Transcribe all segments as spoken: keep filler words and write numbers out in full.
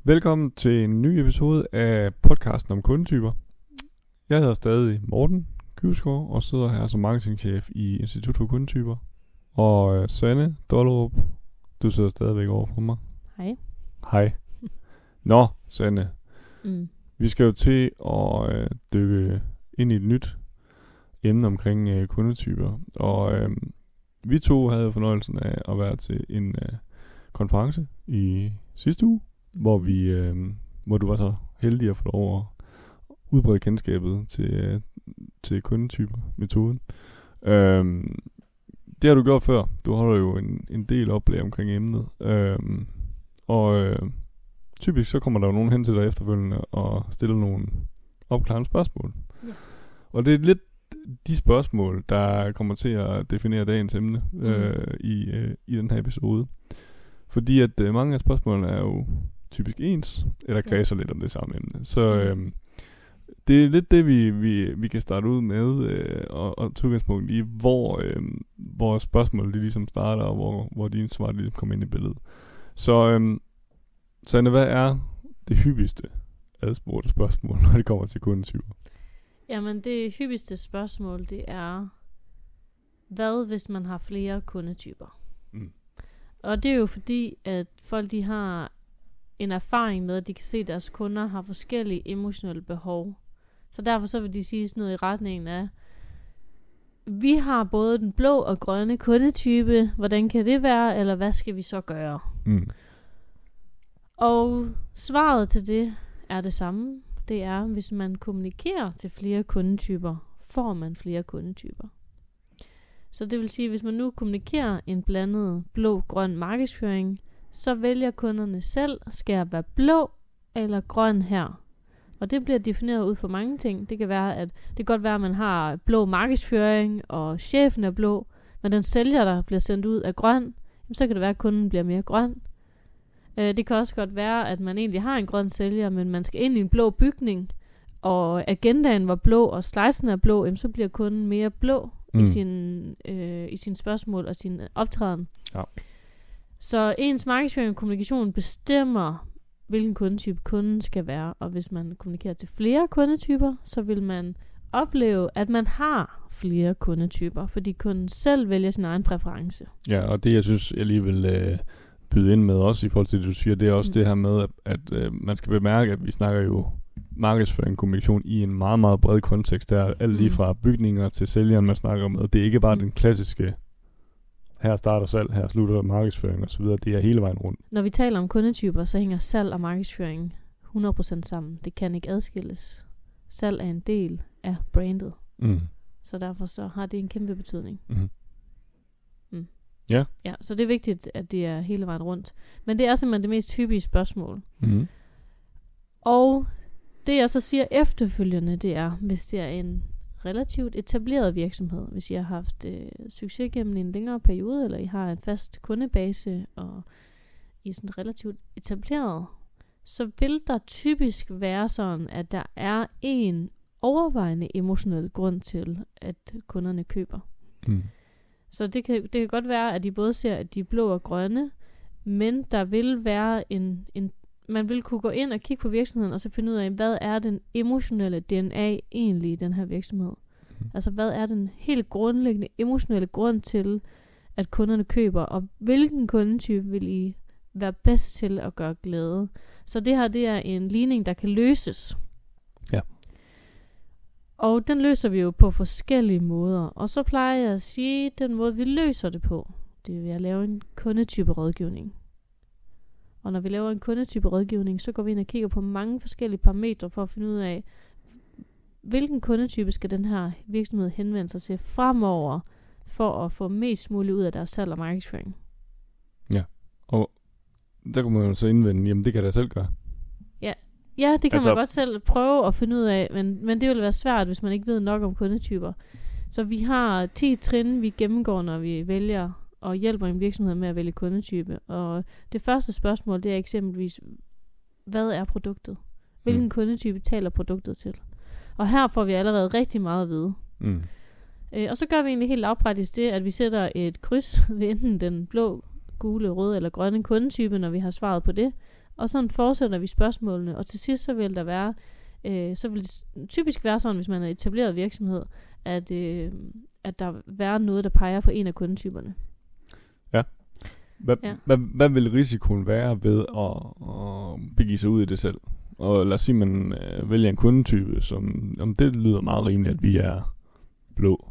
Velkommen til en ny episode af podcasten om kundetyper. Jeg hedder stadig Morten Kyvsgaard og sidder her som marketingchef i Institut for Kundetyper. Og Sanne Dollerup, du sidder stadigvæk over for mig. Hej. Hej. Nå, Sanne. Mm. Vi skal jo til at øh, dykke ind i et nyt emne omkring øh, kundetyper. Og øh, vi to havde fornøjelsen af at være til en øh, konference i sidste uge. Hvor vi, øh, hvor du var så heldig at få lov at udbrede kendskabet til, øh, til kundetyper-metoden. Øh, det har du gjort før. Du holder jo en, en del oplæg omkring emnet. Øh, og øh, typisk så kommer der jo nogen hen til dig efterfølgende og stiller nogle opklarende spørgsmål. Ja. Og det er lidt de spørgsmål, der kommer til at definere dagens emne øh, mm. i, øh, i den her episode. Fordi at øh, mange af spørgsmålene er jo typisk ens, eller kredser ja. lidt om det samme emne. Så øh, det er lidt det, vi, vi, vi kan starte ud med, øh, og, og tage udgangspunkt i, hvor, øh, hvor spørgsmålet de ligesom starter, og hvor, hvor dine svar de ligesom kommer ind i billedet. Så øh, Sanne, hvad er det hyppigste adspurgte spørgsmål, når det kommer til kundetyper? Jamen, det hyppigste spørgsmål, det er, hvad hvis man har flere kundetyper? Mm. Og det er jo fordi, at folk de har en erfaring med, at de kan se, at deres kunder har forskellige emotionelle behov. Så derfor så vil de sige sådan noget i retningen af, vi har både den blå og grønne kundetype, hvordan kan det være, eller hvad skal vi så gøre? Mm. Og svaret til det er det samme. Det er, hvis man kommunikerer til flere kundetyper, får man flere kundetyper. Så det vil sige, hvis man nu kommunikerer en blandet blå-grøn markedsføring, så vælger kunderne selv, skal jeg være blå eller grøn her? Og det bliver defineret ud for mange ting. Det kan være, at det kan godt være, at man har blå markedsføring, og chefen er blå, men den sælger, der bliver sendt ud, er grøn, så kan det være, at kunden bliver mere grøn. Det kan også godt være, at man egentlig har en grøn sælger, men man skal ind i en blå bygning, og agendaen var blå, og slidesen er blå, så bliver kunden mere blå mm. i sin øh, i sin spørgsmål og sin optræden. Ja. Så ens markedsføring og kommunikation bestemmer, hvilken kundetype kunden skal være. Og hvis man kommunikerer til flere kundetyper, så vil man opleve, at man har flere kundetyper, fordi kunden selv vælger sin egen præference. Ja, og det jeg synes, jeg lige vil øh, byde ind med også i forhold til det, du siger, det er også mm. det her med, at, at øh, man skal bemærke, at vi snakker jo markedsføring og kommunikation i en meget, meget bred kontekst. Der er alt lige fra bygninger til sælgeren, man snakker om. Og det er ikke bare mm. den klassiske her starter salg, her slutter markedsføring osv. Det er hele vejen rundt. Når vi taler om kundetyper, så hænger salg og markedsføring hundrede procent sammen. Det kan ikke adskilles. Salg er en del af brandet. Mm. Så derfor så har det en kæmpe betydning. Mm. Mm. Ja. Ja, så det er vigtigt, at det er hele vejen rundt. Men det er simpelthen det mest hyppige spørgsmål. Mm. Og det jeg så siger efterfølgende, det er, hvis det er en relativt etableret virksomhed, hvis I har haft øh, succes gennem en længere periode, eller I har en fast kundebase, og I er sådan relativt etableret, så vil der typisk være sådan, at der er en overvejende emotionel grund til, at kunderne køber. Mm. Så det kan, det kan godt være, at de både ser, at de er blå og grønne, men der vil være en, en man vil kunne gå ind og kigge på virksomheden, og så finde ud af, hvad er den emotionelle D N A egentlig i den her virksomhed? Mm. Altså, hvad er den helt grundlæggende emotionelle grund til, at kunderne køber, og hvilken kundetype vil I være bedst til at gøre glæde? Så det her, det er en ligning, der kan løses. Ja. Og den løser vi jo på forskellige måder. Og så plejer jeg at sige, at den måde, vi løser det på, det er ved at lave en kundetype rådgivning. Og når vi laver en kundetype rådgivning, så går vi ind og kigger på mange forskellige parametre for at finde ud af, hvilken kundetype skal den her virksomhed henvende sig til fremover, for at få mest muligt ud af deres salg og markedsføring. Ja, og der kan man jo så indvende, jamen det kan jeg selv gøre. Ja, ja det kan altså, man godt selv prøve at finde ud af, men, men det vil være svært, hvis man ikke ved nok om kundetyper. Så vi har ti trin, vi gennemgår, når vi vælger og hjælper en virksomhed med at vælge kundetype. Og det første spørgsmål, det er eksempelvis, hvad er produktet? Hvilken mm. kundetype taler produktet til? Og her får vi allerede rigtig meget at vide. Mm. Øh, og så gør vi egentlig helt lavpraktisk det, at vi sætter et kryds ved enten den blå, gule, røde eller grønne kundetype, når vi har svaret på det. og sådan fortsætter vi spørgsmålene, og til sidst så vil der være, øh, så vil det typisk være sådan, hvis man er etableret virksomhed, at, øh, at der vil være noget, der peger på en af kundetyperne. Ja. Hvad, ja. hvad, hvad vil risikoen være ved at, at begive sig ud i det selv? Og lad os sige, at man øh, vælger en kundetype, som om det lyder meget rimeligt, at vi er blå.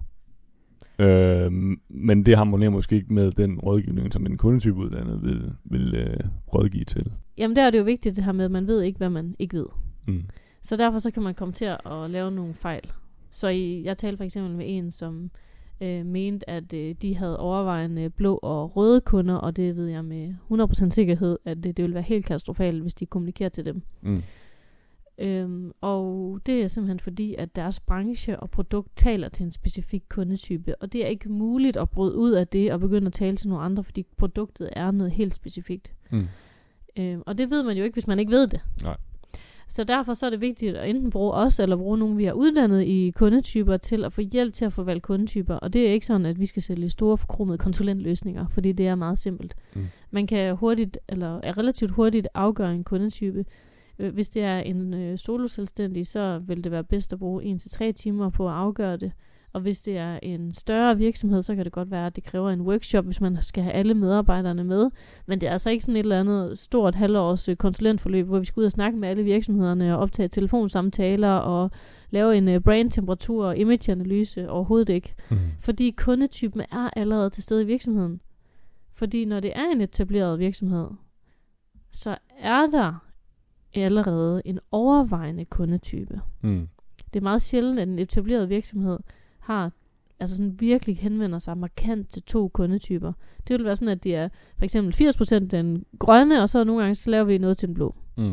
Øh, men det harmonerer måske ikke med den rådgivning, som en kundetype uddannet vil, vil øh, rådgive til. Jamen der er det jo vigtigt det her med, at man ved ikke, hvad man ikke ved. Mm. Så derfor så kan man komme til at lave nogle fejl. Så i, jeg talte for eksempel med en, som øh, mente, at øh, de havde overvejende blå og røde kunder, og det ved jeg med hundrede procent sikkerhed, at det, det ville være helt katastrofalt, hvis de kommunikerer til dem. Mm. Øhm, og det er simpelthen fordi, at deres branche og produkt taler til en specifik kundetype, og det er ikke muligt at bryde ud af det og begynde at tale til nogle andre, fordi produktet er noget helt specifikt. Mm. Øhm, og det ved man jo ikke, hvis man ikke ved det. Nej. Så derfor så er det vigtigt at enten bruge os, eller bruge nogen, vi har uddannet i kundetyper, til at få hjælp til at få valgt kundetyper. Og det er ikke sådan, at vi skal sælge store forkromede konsulentløsninger, fordi det er meget simpelt. Mm. Man kan hurtigt, eller er relativt hurtigt afgøre en kundetype. Hvis det er en øh, soloselvstændig, så vil det være bedst at bruge en til tre timer på at afgøre det. Og hvis det er en større virksomhed, så kan det godt være, at det kræver en workshop, hvis man skal have alle medarbejderne med. Men det er altså ikke sådan et eller andet stort halvårs øh, konsulentforløb, hvor vi skal ud og snakke med alle virksomhederne og optage telefonsamtaler og lave en øh, brandtemperatur og imageanalyse. Overhovedet ikke. Mm. Fordi kundetypen er allerede til stede i virksomheden. Fordi når det er en etableret virksomhed, så er der allerede en overvejende kundetype. Mm. Det er meget sjældent, at en etableret virksomhed har, altså sådan virkelig henvender sig markant til to kundetyper. Det vil være sådan, at det er for eksempel firs procent den grønne, og så nogle gange så laver vi noget til den blå. Mm.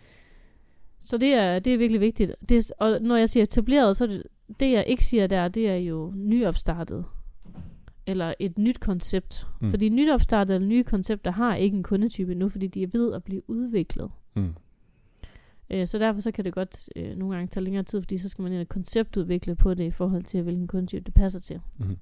Så det er, det er virkelig vigtigt. Det er, og når jeg siger etableret, så er det, det jeg ikke siger der, det er jo nyopstartet. Eller et nyt koncept. Mm. Fordi nyopstartet eller nye koncepter har ikke en kundetype nu, fordi de er ved at blive udviklet. Mm. Så derfor så kan det godt øh, nogle gange tage længere tid, fordi så skal man ind og konceptudvikle på det i forhold til, hvilken kundetype det passer til. Mm-hmm.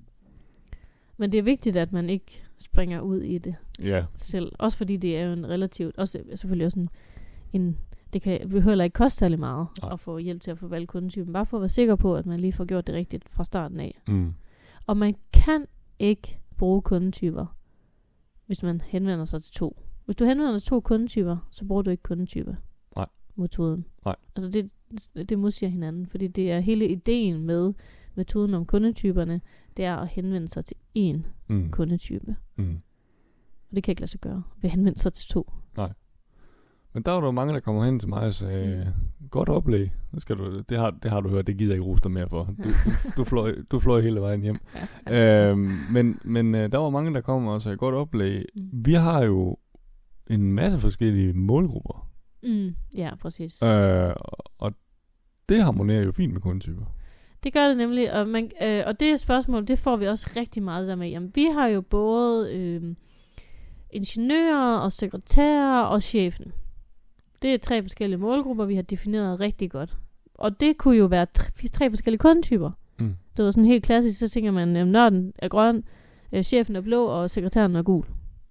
Men det er vigtigt, at man ikke springer ud i det yeah. selv. Også fordi det er jo en relativt, også selvfølgelig også en, en det kan vi heller ikke koste særlig meget Nej. At få hjælp til at få valgt kundetypen. Bare for at være sikker på, at man lige får gjort det rigtigt fra starten af. Mm. Og man kan ikke bruge kundetyper, hvis man henvender sig til to. Hvis du henvender dig til to kundetyper, så bruger du ikke kundetyper. Metoden. Nej. Altså det, det modsiger hinanden, fordi det er hele ideen med metoden om kundetyperne, det er at henvende sig til én mm. kundetype. Mm. Og det kan ikke lade sig gøre ved at henvende sig til to. Nej. Men der er jo mange, der kommer hen til mig og siger, mm. godt oplæg, det, skal du, det, har, det har du hørt, det gider jeg ikke rose dig mere for. Du, du, du, fløj, du fløj hele vejen hjem. øhm, men men øh, der var mange, der kommer og sagde, godt oplæg. Mm. Vi har jo en masse forskellige målgrupper. Mm, ja, præcis. Øh, og det harmonerer jo fint med kundetyper. Det gør det nemlig, og, man, øh, og det spørgsmål, det får vi også rigtig meget der med. Jamen, vi har jo både øh, ingeniører og sekretærer og chefen. Det er tre forskellige målgrupper, vi har defineret rigtig godt. Og det kunne jo være tre, tre forskellige kundetyper. Mm. Det var sådan helt klassisk, så tænker man, at nørden er grøn, øh, chefen er blå, og sekretæren er gul.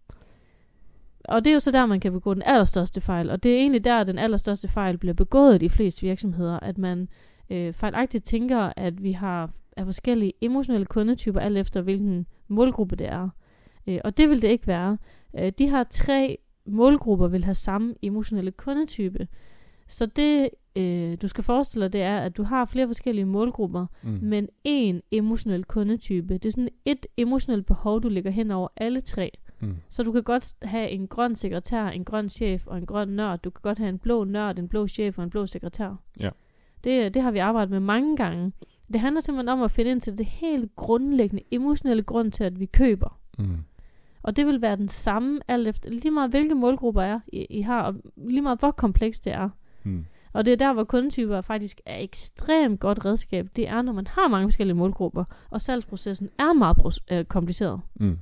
Og det er jo så der, man kan begå den allerstørste fejl. Og det er egentlig der, den allerstørste fejl bliver begået i de fleste virksomheder. At man øh, fejlagtigt tænker, at vi har er forskellige emotionelle kundetyper, alt efter hvilken målgruppe det er. Øh, og det vil det ikke være. Øh, de her tre målgrupper vil have samme emotionelle kundetype. Så det, øh, du skal forestille dig, det er, at du har flere forskellige målgrupper, mm. men én emotionel kundetype. Det er sådan et emotionelt behov, du lægger hen over alle tre. Mm. Så du kan godt have en grøn sekretær, en grøn chef og en grøn nørd. Du kan godt have en blå nørd, en blå chef og en blå sekretær. Ja. Det, det har vi arbejdet med mange gange. Det handler simpelthen om at finde ind til det helt grundlæggende emotionelle grund til, at vi køber. Mm. Og det vil være den samme, alt efter lige meget hvilke målgrupper er, I, I har, og lige meget hvor komplekst det er. Mm. Og det er der, hvor kundetyper faktisk er ekstremt godt redskab. Det er, når man har mange forskellige målgrupper, og salgsprocessen er meget pros- øh, kompliceret. Mm.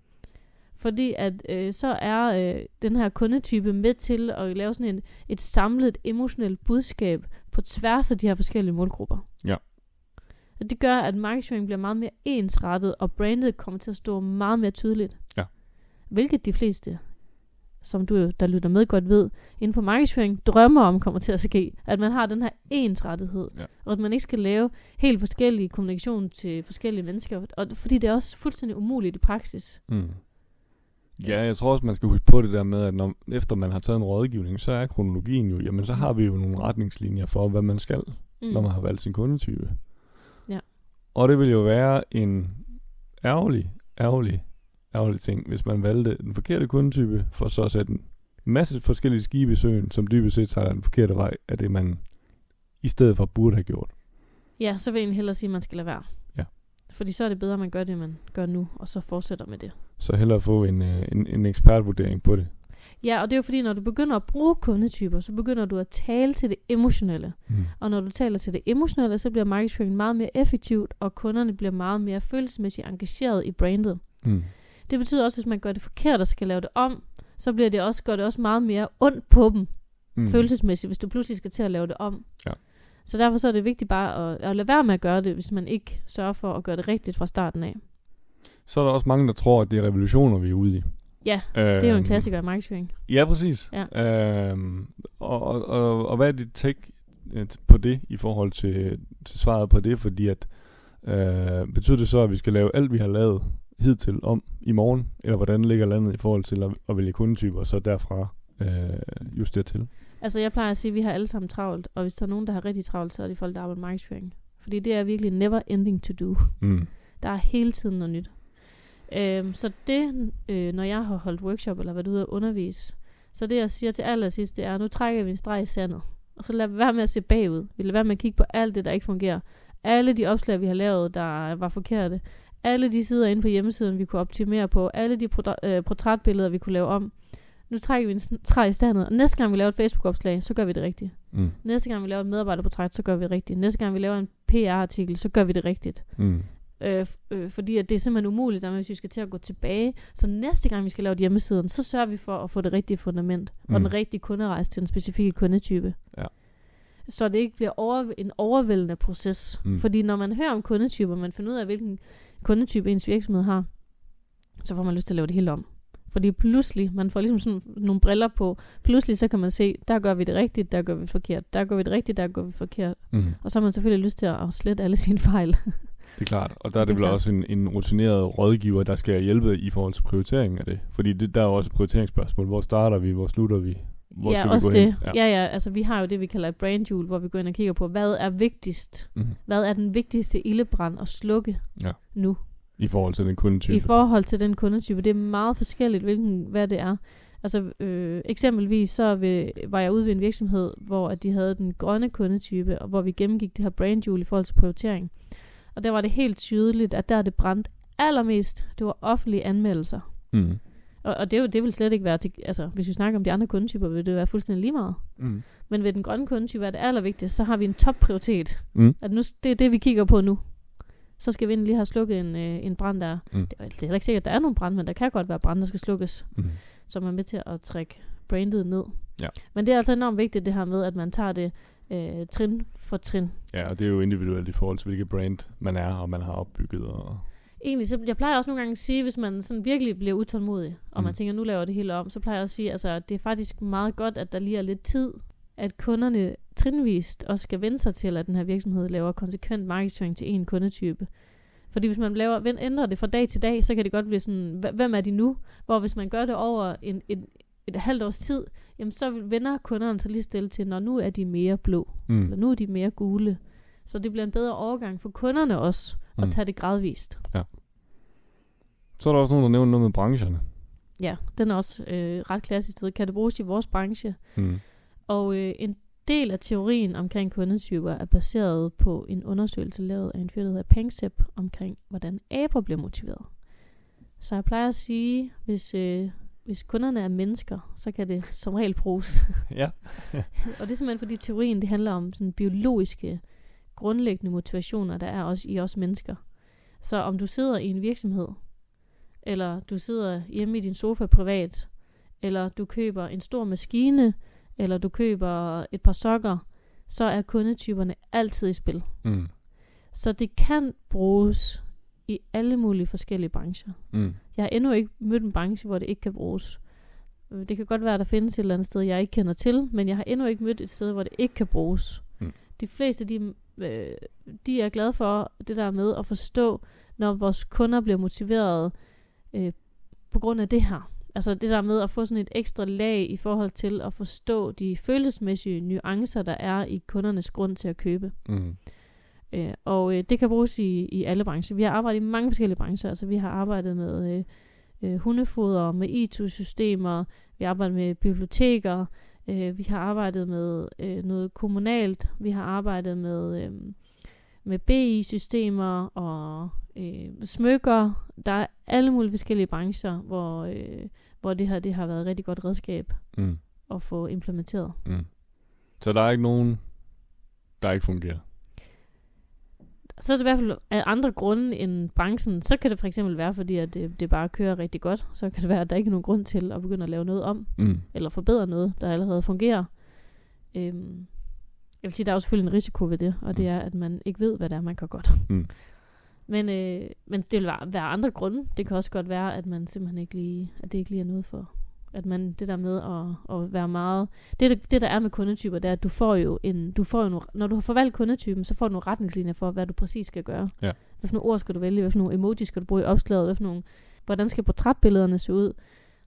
Fordi at øh, så er øh, den her kundetype med til at lave sådan en, et samlet emotionelt budskab på tværs af de her forskellige målgrupper. Ja. Og det gør, at markedsføring bliver meget mere ensrettet, og brandet kommer til at stå meget mere tydeligt. Ja. Hvilket de fleste som du, der lytter med, godt ved, inden for markedsføring, drømmer om kommer til at ske. At man har den her ensrettighed, ja. Og at man ikke skal lave helt forskellige kommunikation til forskellige mennesker, og fordi det er også fuldstændig umuligt i praksis. Mm. Ja, jeg tror også, man skal huske på det der med, at når, efter man har taget en rådgivning, så er kronologien jo, jamen så har vi jo nogle retningslinjer for, hvad man skal, mm. når man har valgt sin kundetype. Ja. Og det vil jo være en ærgerlig, ærgerlig, ærgerlig ting, hvis man valgte den forkerte kundetype, for så at sætte en masse forskellige skibe i søen, som dybest set tager den forkerte vej, af det man i stedet for burde have gjort. Ja, så vil jeg egentlig hellere sige, at man skal lade være. Ja. Fordi så er det bedre, at man gør det, man gør nu, og så fortsætter med det. Så hellere få en, en, en ekspertvurdering på det. Ja, og det er jo fordi, når du begynder at bruge kundetyper, så begynder du at tale til det emotionelle. Mm. Og når du taler til det emotionelle, så bliver markedsføringen meget mere effektivt, og kunderne bliver meget mere følelsesmæssigt engageret i brandet. Mm. Det betyder også, at hvis man gør det forkert og skal lave det om, så bliver det også, gør det også meget mere ondt på dem, mm. følelsesmæssigt, hvis du pludselig skal til at lave det om. Ja. Så derfor så er det vigtigt bare at, at lade være med at gøre det, hvis man ikke sørger for at gøre det rigtigt fra starten af. Så er der også mange, der tror, at det er revolutioner, vi er ude i. Ja, øhm, det er jo en klassiker i markedsføring. Ja, præcis. Ja. Øhm, og, og, og, og hvad er dit take på det, i forhold til, til svaret på det? Fordi at, øh, betyder det så, at vi skal lave alt, vi har lavet hidtil om i morgen? Eller hvordan ligger landet i forhold til at, at vælge kundetyper, og så derfra øh, justere til? Altså jeg plejer at sige, at vi har alle sammen travlt, og hvis der er nogen, der har rigtig travlt, så er det folk, der arbejder med markedsføring. Fordi det er virkelig never ending to do. Mm. Der er hele tiden noget nyt. Øhm, så det, øh, når jeg har holdt workshop, eller været ude at undervise, så det jeg siger til allersidst, det er, nu trækker vi en streg i sandet. Og så lad være med at se bagud. Vi lader være med at kigge på alt det, der ikke fungerer. Alle de opslag, vi har lavet, der var forkerte. Alle de sider inde på hjemmesiden, vi kunne optimere på. Alle de pro- øh, portrætbilleder, vi kunne lave om. Nu trækker vi en streg i sandet. Og næste gang vi laver et Facebook-opslag, så gør vi det rigtigt. Mm. Næste gang vi laver et medarbejderportræt, så gør vi det rigtigt. Næste gang vi laver en P R-artikel, så gør vi det rigtigt. Mm. Øh, øh, fordi at det er simpelthen umuligt, at hvis vi skal til at gå tilbage. Så næste gang vi skal lave et hjemmesiden, så sørger vi for at få det rigtige fundament. Mm. Og den rigtige kunderejse til den specifikke kundetype. Ja. Så det ikke bliver over, en overvældende proces. Mm. Fordi når man hører om kundetyper, man finder ud af, hvilken kundetype ens virksomhed har, så får man lyst til at lave det hele om. Fordi pludselig, man får ligesom sådan nogle briller på, pludselig så kan man se, der gør vi det rigtigt, der gør vi det forkert, der gør vi det rigtigt, der gør vi det forkert. Mm. Og så har man selvfølgelig lyst til at slette alle sine fejl. Det er klart, og der er det, det vel klart. Også en, en rutineret rådgiver, der skal hjælpe i forhold til prioritering af det. Fordi det, der er også et prioriteringsspørgsmål. Hvor starter vi, hvor slutter vi, hvor ja, skal også vi gå det. hen? Ja. ja, ja, altså vi har jo det, vi kalder et brand jewel, hvor vi går ind og kigger på, hvad er vigtigst? Mm. Hvad er den vigtigste ildebrand at slukke ja. nu? I forhold til den kundetype. I forhold til den kundetype. Det er meget forskelligt, hvilken, hvad det er. Altså øh, eksempelvis så ved, var jeg ude ved en virksomhed, hvor at de havde den grønne kundetype, og hvor vi gennemgik det her brand jewel i forhold til prioritering. Og der var det helt tydeligt, at der det brændt allermest, det var offentlige anmeldelser. Mm. Og, og det, det vil slet ikke være til, altså hvis vi snakker om de andre kundetyper, vil det være fuldstændig lige meget. Mm. Men ved den grønne kundetype er det allervigtigste, så har vi en topprioritet. Mm. At nu, det er det, vi kigger på nu. Så skal vi endelig lige have slukket en, øh, en brand der. Mm. Det, er, det er heller ikke sikkert, at der er nogen brand, men der kan godt være brand, der skal slukkes. Mm. Så man er med til at trække brandet ned. Ja. Men det er altså enormt vigtigt det her med, at man tager det øh, trin for trin. Ja, og det er jo individuelt i forhold til, hvilket brand man er, og man har opbygget. Og egentlig, så jeg plejer også nogle gange at sige, hvis man sådan virkelig bliver utålmodig, og mm. man tænker, nu laver det hele om, så plejer jeg også at sige, altså det er faktisk meget godt, at der lige er lidt tid, at kunderne trinvist også skal vende sig til, at den her virksomhed laver konsekvent markedsføring til en kundetype. Fordi hvis man laver, ændrer det fra dag til dag, så kan det godt blive sådan, hvem er de nu? Hvor hvis man gør det over en, en, et halvt års tid, jamen så vender kunderne sig lige stille til, når nu er de mere blå, mm. eller nu er de mere gule. Så det bliver en bedre overgang for kunderne også, at mm. tage det gradvist. Ja. Så er der også nogen, der nævner noget med brancherne. Ja, den er også øh, ret klassisk. Kan det bruges i vores branche? Mm. Og øh, en del af teorien omkring kundetyper er baseret på en undersøgelse lavet af en fyr, der hedder Panksepp, omkring hvordan aber bliver motiveret. Så jeg plejer at sige, hvis, øh, hvis kunderne er mennesker, så kan det som regel bruges. Ja. Og det er simpelthen fordi teorien, det handler om sådan biologiske, grundlæggende motivationer, der er også i os mennesker. Så om du sidder i en virksomhed, eller du sidder hjemme i din sofa privat, eller du køber en stor maskine, eller du køber et par sokker, så er kundetyperne altid i spil. Mm. Så det kan bruges i alle mulige forskellige brancher. Mm. Jeg har endnu ikke mødt en branche, hvor det ikke kan bruges. Det kan godt være, at der findes et eller andet sted, jeg ikke kender til, men jeg har endnu ikke mødt et sted, hvor det ikke kan bruges. Mm. De fleste, de, øh, de er glade for det der med at forstå, når vores kunder bliver motiveret øh, på grund af det her. Altså det der med at få sådan et ekstra lag i forhold til at forstå de følelsesmæssige nuancer, der er i kundernes grund til at købe. Mm. Øh, og øh, det kan bruges i, i alle brancher. Vi har arbejdet i mange forskellige brancher. Altså vi har arbejdet med øh, øh, hundefoder, med I T U-systemer, vi har arbejdet med biblioteker, øh, vi har arbejdet med øh, noget kommunalt, vi har arbejdet med, øh, med B I-systemer og øh, smykker. Der er alle mulige forskellige brancher, hvor, øh, hvor det her det har været et rigtig godt redskab mm. at få implementeret. Mm. Så der er ikke nogen, der ikke fungerer? Så er det i hvert fald af andre grunde end branchen. Så kan det for eksempel være, fordi at det, det bare kører rigtig godt. Så kan det være, at der ikke er nogen grund til at begynde at lave noget om. Mm. Eller forbedre noget, der allerede fungerer. Øhm, jeg vil sige, der er jo selvfølgelig en risiko ved det. Og det er, at man ikke ved, hvad det er, man kan godt. Mm. Men, øh, men det vil være, være andre grunde. Det kan også godt være, at man simpelthen ikke lige, at det ikke lige er noget for... At man, det der med at, at være meget... Det, det, der er med kundetyper, det er, at du får jo en... Du får jo nogle, når du har forvalgt kundetypen, så får du nogle retningslinjer for, hvad du præcis skal gøre. Ja. Hvad for nogle ord skal du vælge? Hvad for nogle emoji skal du bruge i opslaget? Hvad for nogle, hvordan skal portrætbillederne se ud?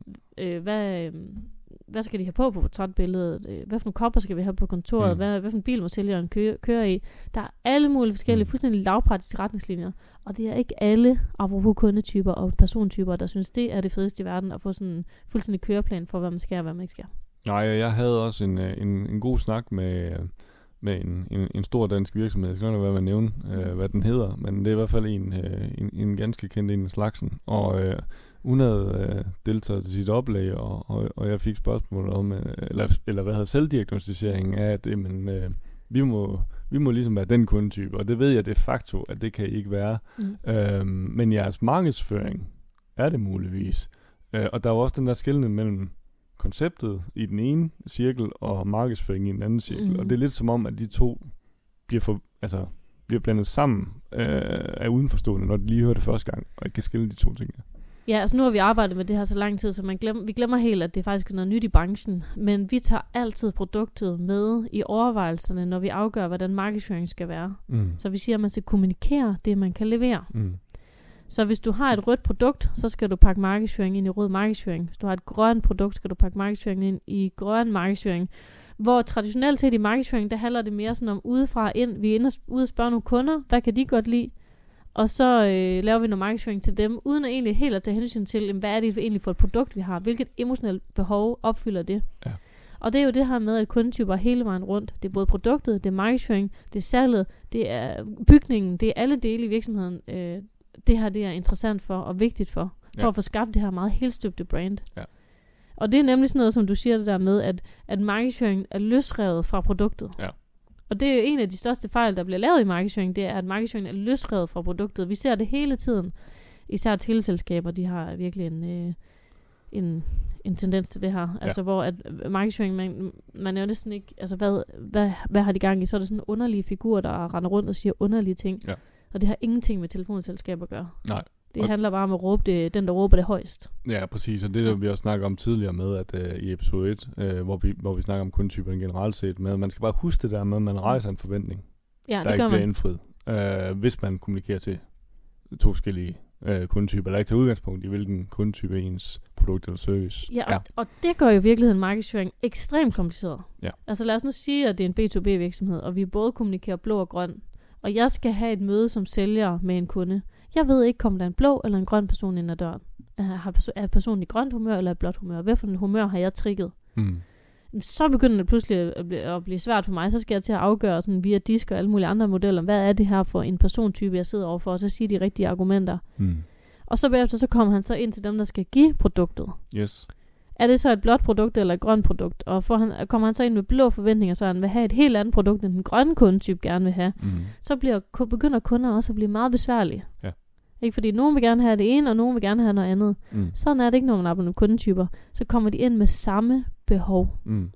Øh, hvad, øh, hvad skal de have på på portrætbilledet? Øh, hvad for nogle kopper skal vi have på kontoret? Mm. Hvad, hvad for en bil må sælgeren køre, køre i? Der er alle mulige forskellige, mm. fuldstændig lavpraktiske retningslinjer. Og det er ikke alle, apropos kundetyper og persontyper, der synes, det er det fedeste i verden, at få sådan en fuldstændig køreplan for, hvad man skal og hvad man ikke skal. Nej, jeg havde også en, en, en god snak med, med en, en, en stor dansk virksomhed. Jeg skal nok være med at nævne, øh, hvad den hedder, men det er i hvert fald en, øh, en, en ganske kendt en af slagsen. Og øh, hun havde øh, deltaget til sit oplæg, og, og, og jeg fik spørgsmål om, øh, eller, eller hvad havde selvdiagnostiseringen af, at men, øh, vi må... Vi må ligesom være den kundetype, og det ved jeg de facto, at det kan I ikke være. Mm. Øhm, men jeres markedsføring er det muligvis. Øh, og der er jo også den der skelnen mellem konceptet i den ene cirkel, og markedsføring i den anden cirkel. Mm. Og det er lidt som om, at de to bliver, for, altså, bliver blandet sammen øh, af udenforstående, når de lige hører det første gang, og ikke kan skille de to ting. Ja, altså nu har vi arbejdet med det her så lang tid, så man glemmer, vi glemmer helt, at det faktisk er noget nyt i branchen. Men vi tager altid produktet med i overvejelserne, når vi afgør, hvordan markedsføring skal være. Mm. Så vi siger, at man skal kommunikere det, man kan levere. Mm. Så hvis du har et rødt produkt, så skal du pakke markedsføring ind i rød markedsføring. Hvis du har et grønt produkt, skal du pakke markedsføring ind i grøn markedsføring. Hvor traditionelt set i markedsføring, der handler det mere sådan om udefra ind. Vi er ude og spørge nogle kunder, hvad kan de godt lide? Og så øh, laver vi noget markedsføring til dem, uden at egentlig helt at tage hensyn til, jamen, hvad er det egentlig for et produkt, vi har? Hvilket emotionelt behov opfylder det? Ja. Og det er jo det her med, at kundetyper hele vejen rundt. Det er både produktet, det er markedsføring, det er salget, det er bygningen, det er alle dele i virksomheden. Øh, det her det er interessant for og vigtigt for, for ja. At få skabt det her meget helstøbte brand. Ja. Og det er nemlig sådan noget, som du siger det der med, at, at markedsføring er løsrevet fra produktet. Ja. Og det er jo en af de største fejl, der bliver lavet i markedsføring, det er, at markedsføring er løsrevet fra produktet. Vi ser det hele tiden. Især teleselskaber, de har virkelig en, øh, en, en tendens til det her. Ja. Altså hvor at markedsføring, man, man er jo næsten ikke, altså hvad, hvad, hvad har de gang i? Så er det sådan en underlige figur, der render rundt og siger underlige ting. Ja. Og det har ingenting med telefonselskaber at gøre. Nej. Det og handler bare om at råbe det, den, der råber det højst. Ja, præcis. Og det der vi også snakker om tidligere med, at uh, i episode et, uh, hvor, vi, hvor vi snakker om kundetyperne generelt set, med, at man skal bare huske det der med, at man rejser en forventning, ja, der det ikke gør bliver indfriet, uh, hvis man kommunikerer til to forskellige uh, kundetyper, eller ikke tager udgangspunkt i, hvilken kundetype ens produkt eller service ja, og, er. Og det gør jo i virkeligheden markedsføring ekstremt kompliceret. Ja. Altså lad os nu sige, at det er en B to B virksomhed, og vi både kommunikerer blå og grøn, og jeg skal have et møde som sælger med en kunde. Jeg ved ikke, kommer der en blå eller en grøn person ind ad døren. Er personen i grønt humør eller i blåt humør? Hvad for en humør har jeg trigget? Mm. Så begynder det pludselig at blive, at blive svært for mig. Så skal jeg til at afgøre sådan via disk og alle mulige andre modeller. Hvad er det her for en persontype, jeg sidder overfor? Og så sige de rigtige argumenter. Mm. Og så bagefter så kommer han så ind til dem, der skal give produktet. Yes. Er det så et blåt produkt eller et grønt produkt? Og får han, kommer han så ind med blå forventninger, så han vil have et helt andet produkt, end den grønne kundetype gerne vil have. Mm. Så bliver, begynder kunder også at blive meget besværlige. Ja. Ikke? Fordi nogen vil gerne have det ene, og nogen vil gerne have noget andet. Mm. Sådan er det ikke, når man arbejder med kundetyper. Så kommer de ind med samme behov. Mm.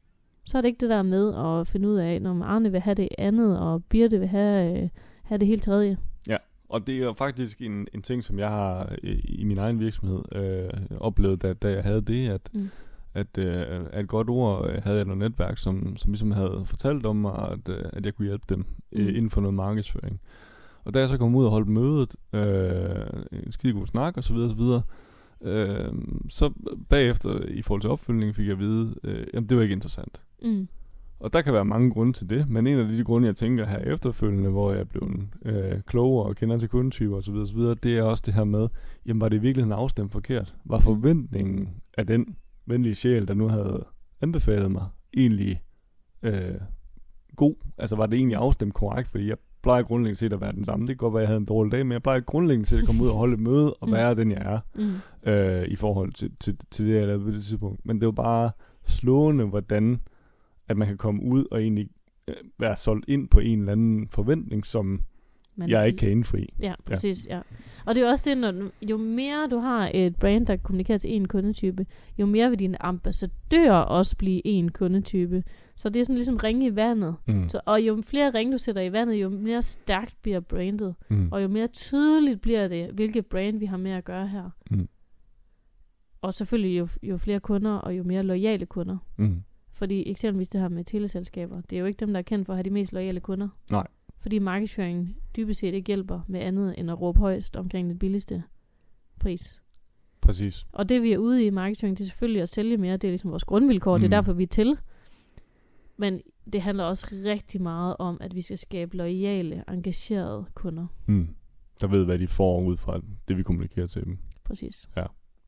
Så er det ikke det der med at finde ud af, når Arne vil have det andet, og Birte vil have, øh, have det helt tredje. Ja, og det er faktisk en, en ting, som jeg har i, i min egen virksomhed øh, oplevet, da, da jeg havde det, at, mm. at, øh, at et godt ord øh, havde jeg noget netværk, som, som ligesom havde fortalt om mig, at, øh, at jeg kunne hjælpe dem mm. øh, inden for noget markedsføring. Og da jeg så kom ud og holdt mødet, øh, en skide god snak og så videre, og så videre, øh, så bagefter i forhold til opfølgning fik jeg at vide, øh, jamen det var ikke interessant. Mm. Og der kan være mange grunde til det, men en af de grunde, jeg tænker her efterfølgende, hvor jeg er blevet øh, klogere og kender til kundetyper osv., osv., det er også det her med, jamen var det i virkeligheden afstemt forkert? Var forventningen af den venlige sjæl, der nu havde anbefalet mig, egentlig øh, god? Altså var det egentlig afstemt korrekt? Fordi jeg plejer grundlæggende set at være den samme. Det kan godt være, at jeg havde en dårlig dag, men jeg plejer grundlæggende set at komme ud og holde et møde og være mm. den, jeg er mm. øh, i forhold til, til, til det, jeg lavede på det tidspunkt. Men det var bare slående, hvordan at man kan komme ud og egentlig øh, være solgt ind på en eller anden forventning, som man jeg ikke kan indfri. Ja, præcis. Ja. Ja. Og det er også det, når jo mere du har et brand, der kommunikerer til en kundetype, jo mere vil dine ambassadører også blive en kundetype. Så det er sådan ligesom ringe i vandet. Mm. Så, og jo flere ringe du sætter i vandet, jo mere stærkt bliver brandet. Mm. Og jo mere tydeligt bliver det, hvilket brand vi har med at gøre her. Mm. Og selvfølgelig jo, jo flere kunder, og jo mere loyale kunder. Mm. Fordi eksempelvis det her med teleselskaber, det er jo ikke dem, der er kendt for at have de mest loyale kunder. Nej. Fordi markedsføringen dybest set ikke hjælper med andet end at råbe højst omkring den billigste pris. Præcis. Og det vi er ude i markedsføring, det er selvfølgelig at sælge mere. Det er ligesom vores grundvilkår, mm. det er derfor vi er til. Men det handler også rigtig meget om, at vi skal skabe loyale, engagerede kunder. Mm. Der ved, hvad de får ud fra det, vi kommunikerer til dem. Præcis. Ja.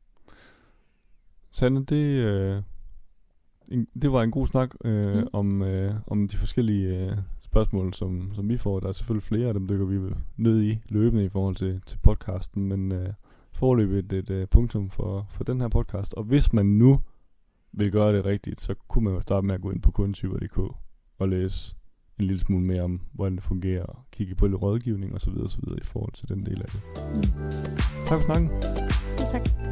Sanne, det... Øh En, det var en god snak øh, mm. om, øh, om de forskellige øh, spørgsmål, som, som vi får. Der er selvfølgelig flere af dem, dykker vi ned i løbende i forhold til, til podcasten, men øh, foreløbigt et, et øh, punktum for, for den her podcast. Og hvis man nu vil gøre det rigtigt, så kunne man jo starte med at gå ind på kundetyper punktum d k og læse en lille smule mere om, hvordan det fungerer, og kigge på lidt rådgivning osv. osv. i forhold til den del af det. Mm. Tak for snakken. Ja, tak.